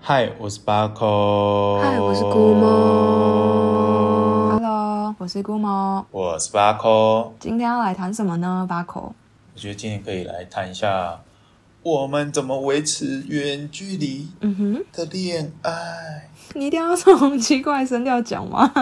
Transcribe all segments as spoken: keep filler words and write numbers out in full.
嗨，我是巴扣。 嗨，我是姑猫。Hello， 我是姑猫。 我是巴扣。 今天要来谈什么呢，巴扣？ 我觉得今天可以来谈一下，我们怎么维持远距离的恋爱。 嗯、你一定要从奇怪声调讲吗？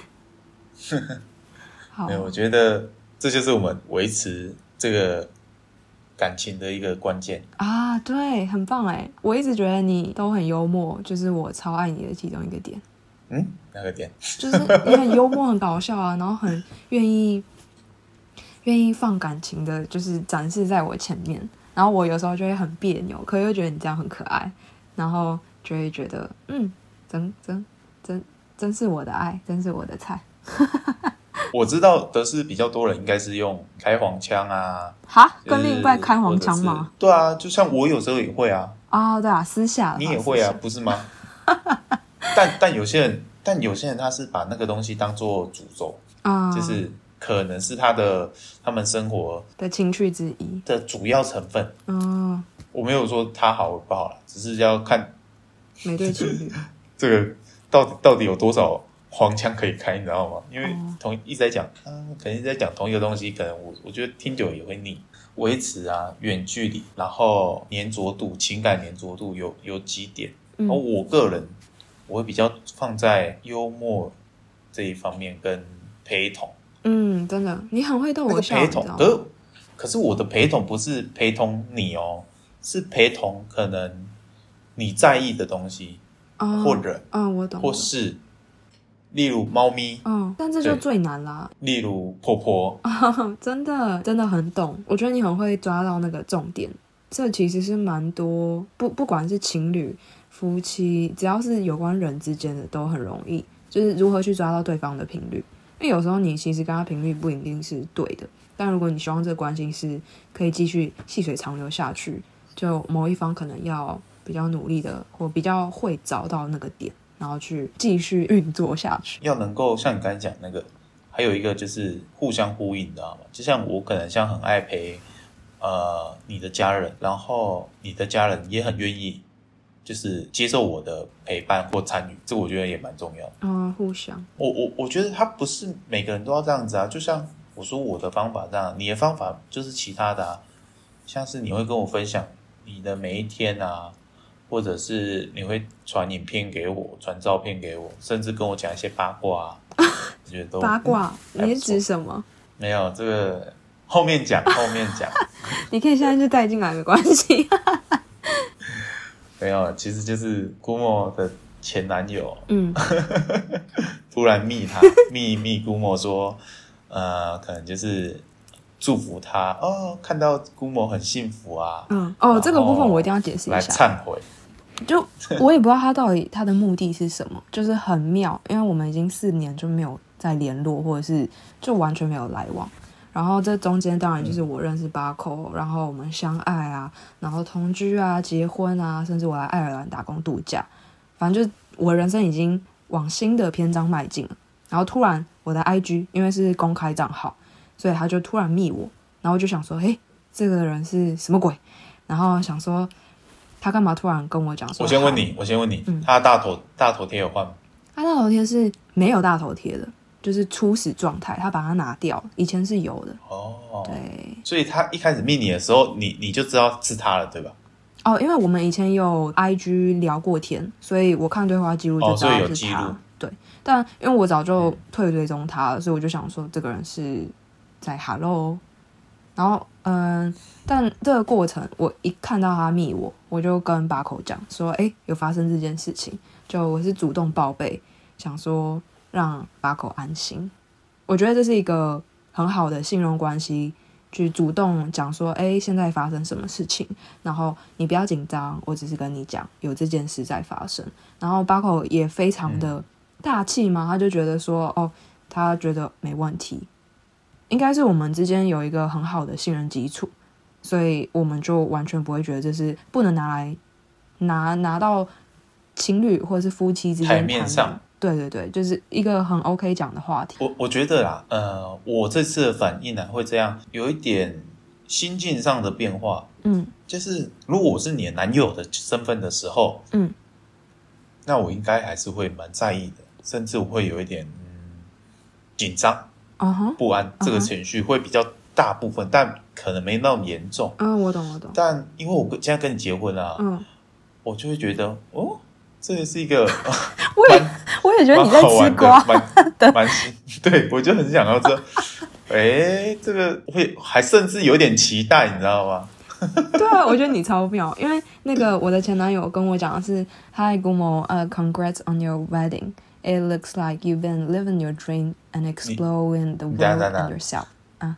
好， 没有，我觉得这就是我们维持这个感情的一个关键啊，对，很棒哎！我一直觉得你都很幽默，就是我超爱你的其中一个点。 嗯，哪个点？ 就是你很幽默、很搞笑啊，然后很愿意愿意放感情的，就是展示在我前面。然后我有时候就会很别扭，可是又觉得你这样很可爱，然后就会觉得嗯，真真真真是我的爱，真是我的菜。 我知道的是比较多人应该是用开黄腔啊， 哈，跟另一半开黄腔吗？ 对啊，就像我有时候也会啊。 啊、哦，对啊，私下你也会啊，不是吗？但但有些人，但有些人他是把那个东西当作诅咒，嗯，就是可能是他的他们生活的情趣之一的主要成分。 嗯， 我没有说他好不好啦，只是要看每对情侣这个到底到底有多少黄腔可以开，你知道吗？因为同一直在讲啊，可能在讲同一个东西，可能我我觉得听久了也会腻。维持啊远距离，然后黏着度、情感黏着度有有几点，嗯，而我个人我会比较放在幽默这一方面跟陪同。 嗯，真的，你很会逗我笑。 那个陪同，可是可是我的陪同不是陪同你哦，是陪同可能你在意的东西，哦，或者嗯，哦，我懂， 或是例如猫咪， 嗯，但这就最难啦。 例如婆婆， 哦，真的真的很懂，我觉得你很会抓到那个重点。这其实是蛮多，不不管是情侣、夫妻，只要是有关人之间的，都很容易，就是如何去抓到对方的频率。因为有时候你其实跟他频率不一定是对的，但如果你希望这个关系是可以继续细水长流下去，就某一方可能要比较努力的，或比较会找到那个点，然后去继续运作下去。 要能够像你刚才讲那个，还有一个就是互相呼应，你知道吗？就像我可能像很爱陪呃你的家人，然后你的家人也很愿意就是接受我的陪伴或参与，这我觉得也蛮重要的。 嗯，互相。 我我我觉得他不是每个人都要这样子啊，就像我说我的方法这样，你的方法就是其他的啊，像是你会跟我分享你的每一天啊，或者是你会传影片给我，传照片给我，甚至跟我讲一些八卦啊，我觉得都八卦，你是指什么？ 没有，这个后面讲，后面讲。 你可以现在就带进来，没关系。 没有，其实就是姑莫的前男友， 嗯， 突然密他，密密姑莫说，呃，可能就是祝福他哦，看到姑莫很幸福啊。 嗯，哦，这个部分我一定要解释一下， 来忏悔。 就我也不知道他到底他的目的是什么，就是很妙，因为我们已经四年就没有再联络，或者是就完全没有来往。然后这中间当然就是我认识巴扣，嗯，然后我们相爱啊，然后同居啊，结婚啊，甚至我来爱尔兰打工度假，反正就我人生已经往新的篇章迈进了。然后突然我的 I G 因为是公开账号，所以他就突然密我，然后我就想说，诶，这个人是什么鬼？然后想说他干嘛突然跟我讲说， 我先问你，我先问你，嗯，他大头大头贴有换吗？ 他大头贴是没有大头贴的。就是初始状态，他把它拿掉，以前是有的。 哦， 对， 所以他一开始密你的时候，你你就知道是他了，对吧？ 哦，因为我们以前有 I G 聊过天，所以我看对话记录就知道是他。哦，对，但因为我早就退追踪他了，所以我就想说这个人是在 Hello， 然后嗯，但这个过程我一看到他密我，我就跟巴口讲说，哎，有发生这件事情，就我是主动报备，想说让巴口安心。我觉得这是一个很好的信任关系，去主动讲说，哎，现在发生什么事情，然后你不要紧张，我只是跟你讲有这件事在发生。然后巴口也非常的大气嘛，他就觉得说，哦，他觉得没问题，应该是我们之间有一个很好的信任基础，所以我们就完全不会觉得这是不能拿来拿拿到情侣或者是夫妻之间台面上。 对对对，就是一个很 OK 讲的话题。 我我觉得啦，呃，我这次的反应呢、啊、会这样，有一点心境上的变化。嗯，就是如果我是你的男友的身份的时候，嗯， 那我应该还是会蛮在意的，甚至我会有一点嗯紧张、 uh-huh, 不安， uh-huh. 这个情绪会比较大部分，但可能没那么严重。 嗯，我懂我懂。 但因为我现在跟你结婚啊， 嗯， 我就会觉得哦，这个是一个我也我也觉得你在吃瓜， 蛮蛮对，我就很想要这，哎，这个会还甚至有点期待，你知道吗？ 对啊，我觉得你超妙，因为那个我的前男友跟我讲的是 Hi Gumo, uh, congrats on your wedding. It looks like you've been living your dream and exploring the world and yourself. 啊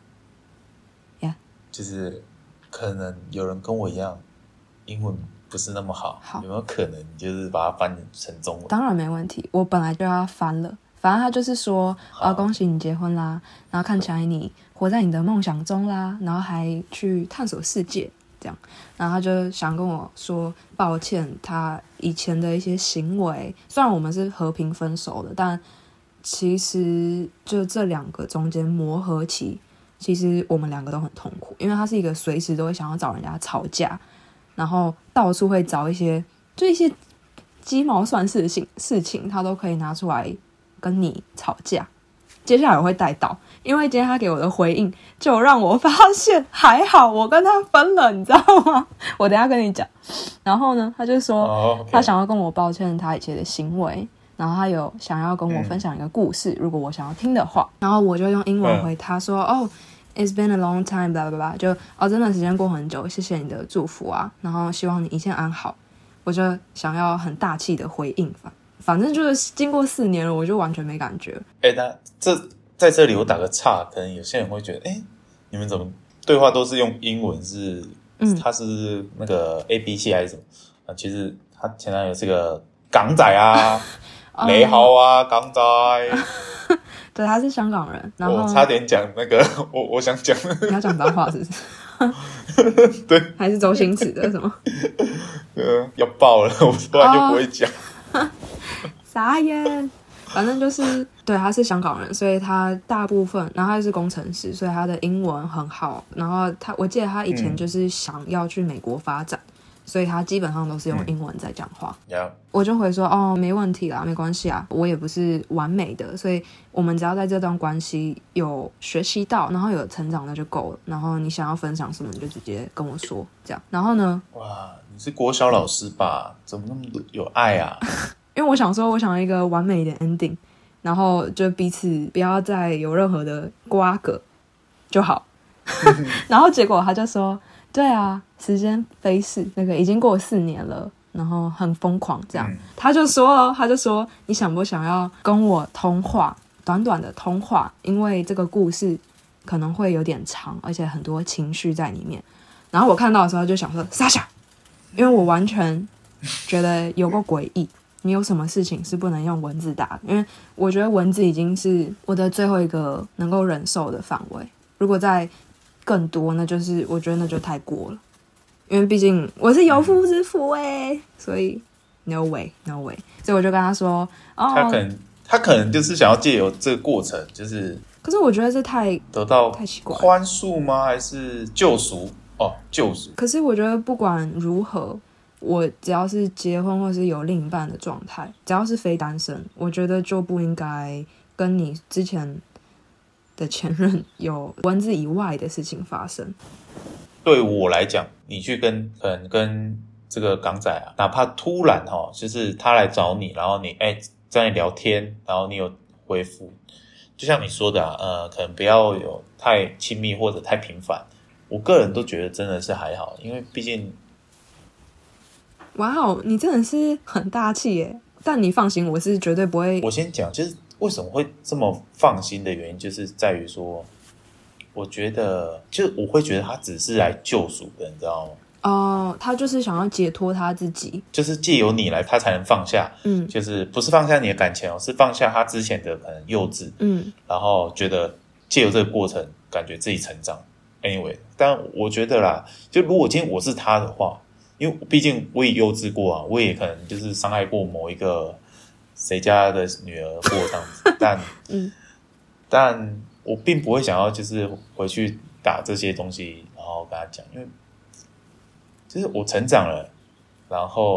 Yeah. 就是可能有人跟我一样英文不是那么好， 好有没有可能就是把它翻成中文？ 当然没问题，我本来就要翻了。反正他就是说啊，恭喜你结婚啦，然后看起来你活在你的梦想中啦，然后还去探索世界这样，然后他就想跟我说抱歉，他以前的一些行为，虽然我们是和平分手的，但其实就这两个中间磨合期，其实我们两个都很痛苦，因为他是一个随时都会想要找人家吵架，然后到处会找一些就一些鸡毛蒜事的事情，他都可以拿出来跟你吵架。接下来我会带到，因为今天他给我的回应就让我发现还好我跟他分了，你知道吗？我等一下跟你讲。然后呢，他就说、 oh, okay. 他想要跟我抱歉他以前的行为，然后他有想要跟我分享一个故事、嗯、如果我想要听的话，然后我就用英文回他说、嗯、哦It's been a long time blah blah blah 就哦真的时间过很久，谢谢你的祝福啊，然后希望你一切安好。我就想要很大气的回应法，反正就是经过四年了，我就完全没感觉。 哎、欸，那这在这里我打个岔，可能有些人会觉得，哎、欸，你们怎么对话都是用英文是？嗯，他是那个 A B C 还是什么？啊，其实他前男友是个港仔啊，你好啊，港仔。 对，他是香港人。然后我差点讲那个，我我想讲， 你要讲脏话是不是？ 对， 还是周星驰的什么？ 呃，要爆了，我突然就不会讲。 Oh. 傻眼。反正就是对，他是香港人，所以他大部分，然后他是工程师，所以他的英文很好。然后他，我记得他以前就是想要去美国发展，嗯、所以他基本上都是用英文在讲话。 嗯、 我就会说哦，没问题啦，没关系啊，我也不是完美的，所以我们只要在这段关系有学习到，然后有成长，那就够了。然后你想要分享什么，你就直接跟我说，这样。然后呢？ 哇，你是国小老师吧？怎么那么有爱啊？ 因为我想说，我想要一个完美的 ending， 然后就彼此不要再有任何的瓜葛就好。然后结果他就说：“对啊，时间飞逝，那个已经过了四年了，然后很疯狂这样。嗯”他就说了，他就说：“你想不想要跟我通话？短短的通话，因为这个故事可能会有点长，而且很多情绪在里面。”然后我看到的时候就想说：“Sasha， 因为我完全觉得有够诡异。”你有什么事情是不能用文字打的？因为我觉得文字已经是我的最后一个能够忍受的范围。如果再更多，那就是我觉得那就太过了。因为毕竟我是有妇之夫哎，所以 no way no way。所以我就跟他说，哦， 他可能他可能就是想要借由这个过程，就是可是我觉得这太得到太奇怪， 宽恕吗？还是救赎？哦，救赎。 可是我觉得不管如何。我只要是结婚或是有另一半的状态，只要是非单身，我觉得就不应该跟你之前的前任有文字以外的事情发生。 对我来讲，你去跟可能跟这个港仔啊，哪怕突然齁，就是他来找你，然后你哎在那聊天，然后你有回复，就像你说的啊，呃，可能不要有太亲密或者太频繁。我个人都觉得真的是还好，因为毕竟。 哇哦，你真的是很大气耶！但你放心，我是绝对不会。 我先讲，就是为什么会这么放心的原因，就是在于说，我觉得，就我会觉得他只是来救赎的，你知道吗？ 哦，他就是想要解脱他自己， 就是借由你来，他才能放下。嗯，就是不是放下你的感情哦，是放下他之前的可能幼稚。嗯，然后觉得借由这个过程，感觉自己成长。Anyway， 但我觉得啦，就如果今天我是他的话。因为毕竟我也幼稚过啊，我也可能就是伤害过某一个谁家的女儿过这样子，但嗯，但我并不会想要就是回去打这些东西，然后跟他讲，因为就是我成长了，然后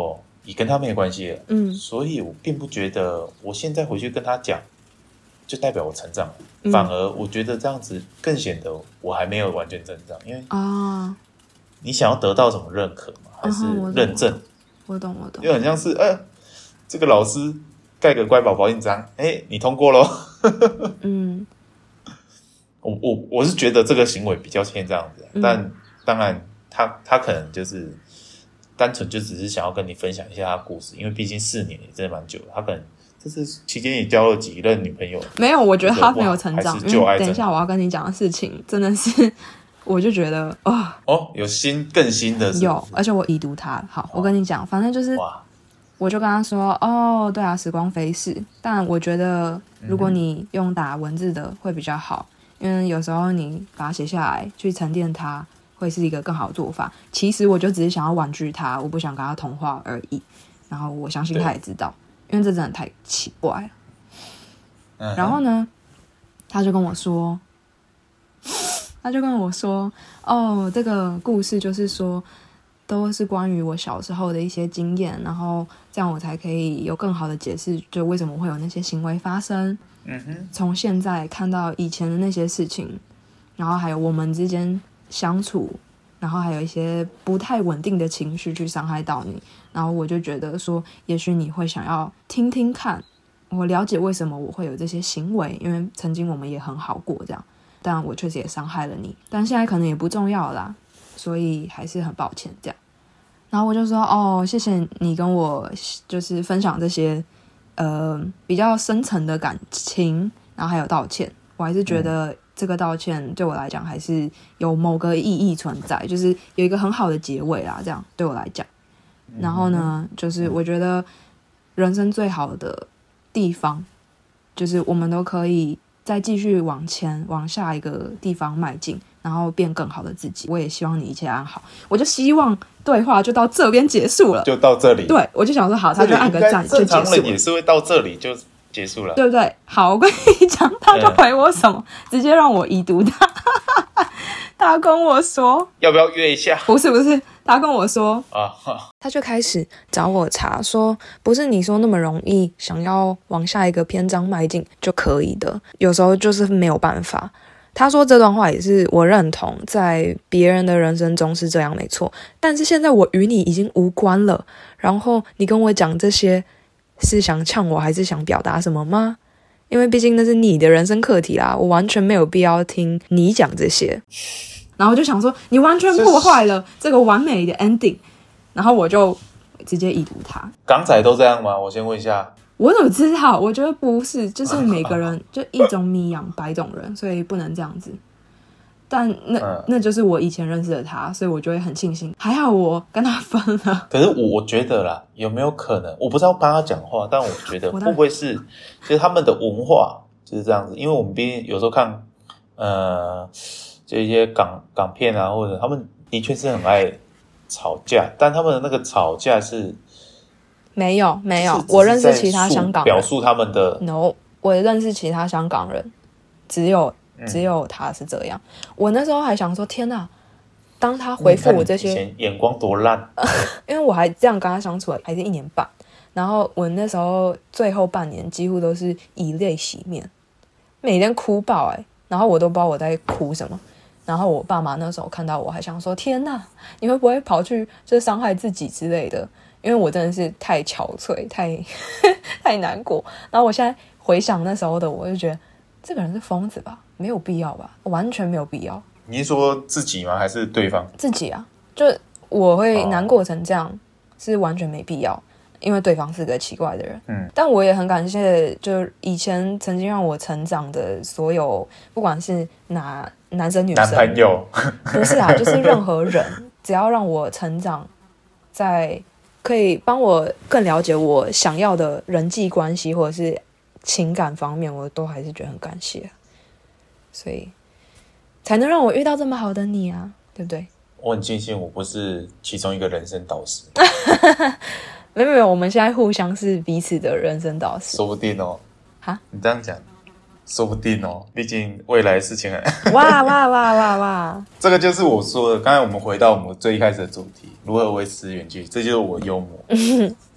也跟他没有关系了， 嗯， 所以我并不觉得我现在回去跟他讲，就代表我成长了，嗯、反而我觉得这样子更显得我还没有完全成长，因为啊，你想要得到什么认可吗？还是认证？ 嗯、我懂，我懂， 因为很像是，呃，这个老师盖个乖宝宝印章，哎，你通过咯。嗯，我我我是觉得这个行为比较偏这样子，嗯、但当然他他可能就是单纯就只是想要跟你分享一下他的故事，因为毕竟四年也真的蛮久了，他可能这次期间也交了几任女朋友。没有，我觉得他没有成长，因为等一下我要跟你讲的事情真的是。我就觉得哦哦，有新更新的是不是有，而且我已读他。好，我跟你讲，反正就是，我就跟他说，哦，对啊，时光飞逝，但我觉得如果你用打文字的会比较好，嗯、因为有时候你把它写下来去沉淀它，会是一个更好的做法。其实我就只是想要婉拒他，我不想跟他通话而已。然后我相信他也知道，因为这真的太奇怪了。嗯、然后呢，他就跟我说。他就跟我说哦，这个故事就是说都是关于我小时候的一些经验，然后这样我才可以有更好的解释，就为什么会有那些行为发生。嗯哼，从现在看到以前的那些事情，然后还有我们之间相处，然后还有一些不太稳定的情绪去伤害到你，然后我就觉得说也许你会想要听听看，我了解为什么我会有这些行为，因为曾经我们也很好过这样，但我确实也伤害了你，但现在可能也不重要啦，所以还是很抱歉这样。然后我就说哦，谢谢你跟我就是分享这些呃比较深层的感情，然后还有道歉。我还是觉得这个道歉对我来讲还是有某个意义存在，就是有一个很好的结尾啦，这样对我来讲。然后呢，就是我觉得人生最好的地方，就是我们都可以再继续往前往下一个地方迈进，然后变更好的自己。我也希望你一切安好。我就希望对话就到这边结束了， 就到这里。 对，我就想说好，他就按个赞就结束了。 正常人也是会到这里就结束了， 对不对？好，我跟你讲，他就回我什么，嗯、直接让我已读他。他跟我说要不要约一下？ 不是不是，他跟我说啊，他就开始找我查，说不是你说那么容易，想要往下一个篇章迈进就可以的，有时候就是没有办法。他说这段话也是我认同，在别人的人生中是这样没错，但是现在我与你已经无关了，然后你跟我讲这些是想呛我还是想表达什么吗？因为毕竟那是你的人生课题啦，我完全没有必要听你讲这些。然后我就想说你完全破坏了这个完美的 ending， 然后我就直接已读他。 港仔都这样吗？我先问一下。 我怎么知道？我觉得不是，就是每个人就一种米养百种人，所以不能这样子。但那、嗯、那就是我以前认识的他，所以我就会很庆幸，还好我跟他分了。 可是我觉得啦，有没有可能？我不知道帮他讲话，但我觉得会不会是，其实他们的文化就是这样子。因为我们毕竟有时候看，呃，就一些港港片啊，或者他们的确是很爱吵架，但他们的那个吵架是。 没有没有，我认识其他香港人表述他们的 no， 我认识其他香港人，只有只有他是这样。嗯、我那时候还想说，天哪！当他回复我这些， 以前眼光多烂， 因为我还这样跟他相处了，还是一年半。然后我那时候最后半年几乎都是以泪洗面，每天哭爆哎、欸，然后我都不知道我在哭什么。然后我爸妈那时候看到我还想说，天哪，你会不会跑去就伤害自己之类的？因为我真的是太憔悴，太太难过。然后我现在回想那时候的我，就觉得这个人是疯子吧？没有必要吧？完全没有必要。 你是说自己吗？还是对方？ 自己啊，就我会难过成这样，哦、是完全没必要。因为对方是个奇怪的人，嗯，但我也很感谢，就以前曾经让我成长的所有，不管是哪男生女生， 男朋友， 不是啊，就是任何人，只要让我成长，在可以帮我更了解我想要的人际关系或者是情感方面，我都还是觉得很感谢，所以才能让我遇到这么好的你啊，对不对？ 我很庆幸我不是其中一个人生导师。 没有没有，我们现在互相是彼此的人生导师。 说不定哦。 哈？ 你这样讲，说不定哦。毕竟未来的事情很…… 哇哇哇哇哇！ 这个就是我说的。刚才我们回到我们最一开始的主题，如何维持远距离，这就是我幽默。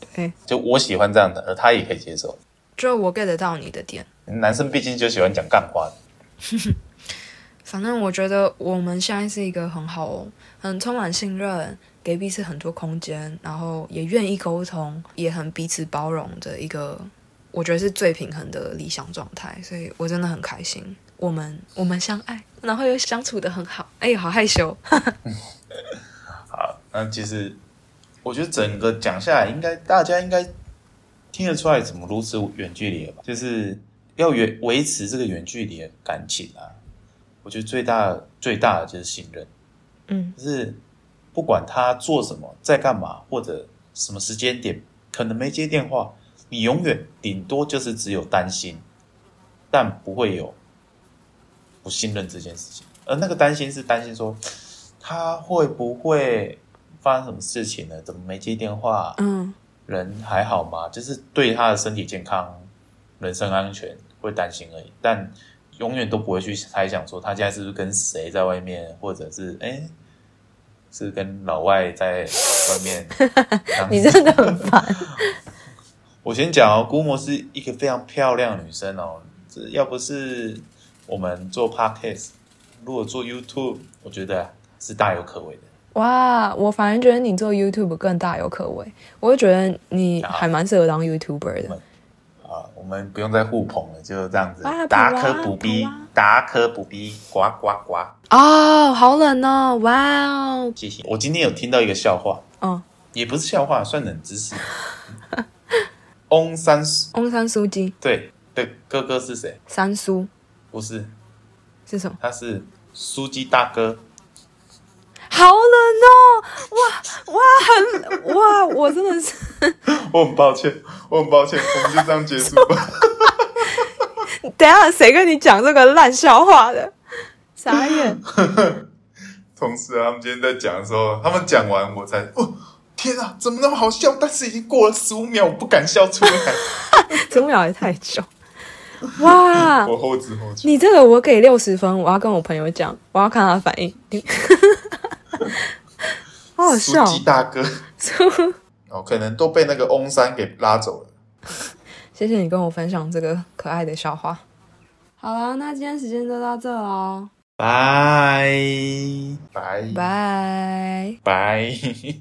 欸， 就我喜欢这样的，而他也可以接受。 就我 get 得到你的点。 男生毕竟就喜欢讲干话的。 反正我觉得我们现在是一个很好、很充满信任，给彼此很多空间，然后也愿意沟通，也很彼此包容的一个，我觉得是最平衡的理想状态。所以我真的很开心，我们我们相爱，然后又相处得很好。哎，好害羞。 好，那其实我觉得整个讲下来，应该大家应该听得出来怎么如此远距离了吧？就是要维维持这个远距离的感情啊。我觉得最大最大的就是信任， 嗯， 就是不管他做什么，在干嘛，或者什么时间点可能没接电话，你永远顶多就是只有担心，但不会有不信任这件事情。而那个担心是担心说他会不会发生什么事情呢？怎么没接电话？ 嗯， 人还好吗？就是对他的身体健康、人身安全会担心而已，但永远都不会去猜想说他现在是不是跟谁在外面，或者是哎，是跟老外在外面。 你真的很烦。 我先讲哦，姑魔是一个非常漂亮的女生哦，这要不是我们做 podcast， 如果做 YouTube， 我觉得是大有可为的。 哇，我反而觉得你做 YouTube 更大有可为，我就觉得你还蛮适合当 YouTuber 的。 啊，我们不用再互捧了，就这样子， 啊、 达科补逼，达科补逼，呱呱呱。 哦，好冷哦，哇哦！ 谢谢。我今天有听到一个笑话， 嗯， 也不是笑话，算冷知识。翁山翁山苏姬， 对的哥哥是谁？ 三苏不是， 是什么？ 他是苏姬大哥。 好冷哦！哇哇很哇，我真的是， 我很抱歉，我很抱歉，我们就这样结束吧。 等一下，谁跟你讲这个烂笑话的？傻眼。 同事啊，他们今天在讲的时候，他们讲完我才，哦，天啊，怎么那么好笑？但是已经过了十五秒，我不敢笑出来。 十五秒也太久。哇！ 我后知后觉。 你这个我给六十分，我要跟我朋友讲，我要看他的反应。好好笑， 苏姬大哥。哦，可能都被那个翁山给拉走了。 谢谢你跟我分享这个可爱的笑话。好啦，那今天时间就到这咯。 拜拜拜拜。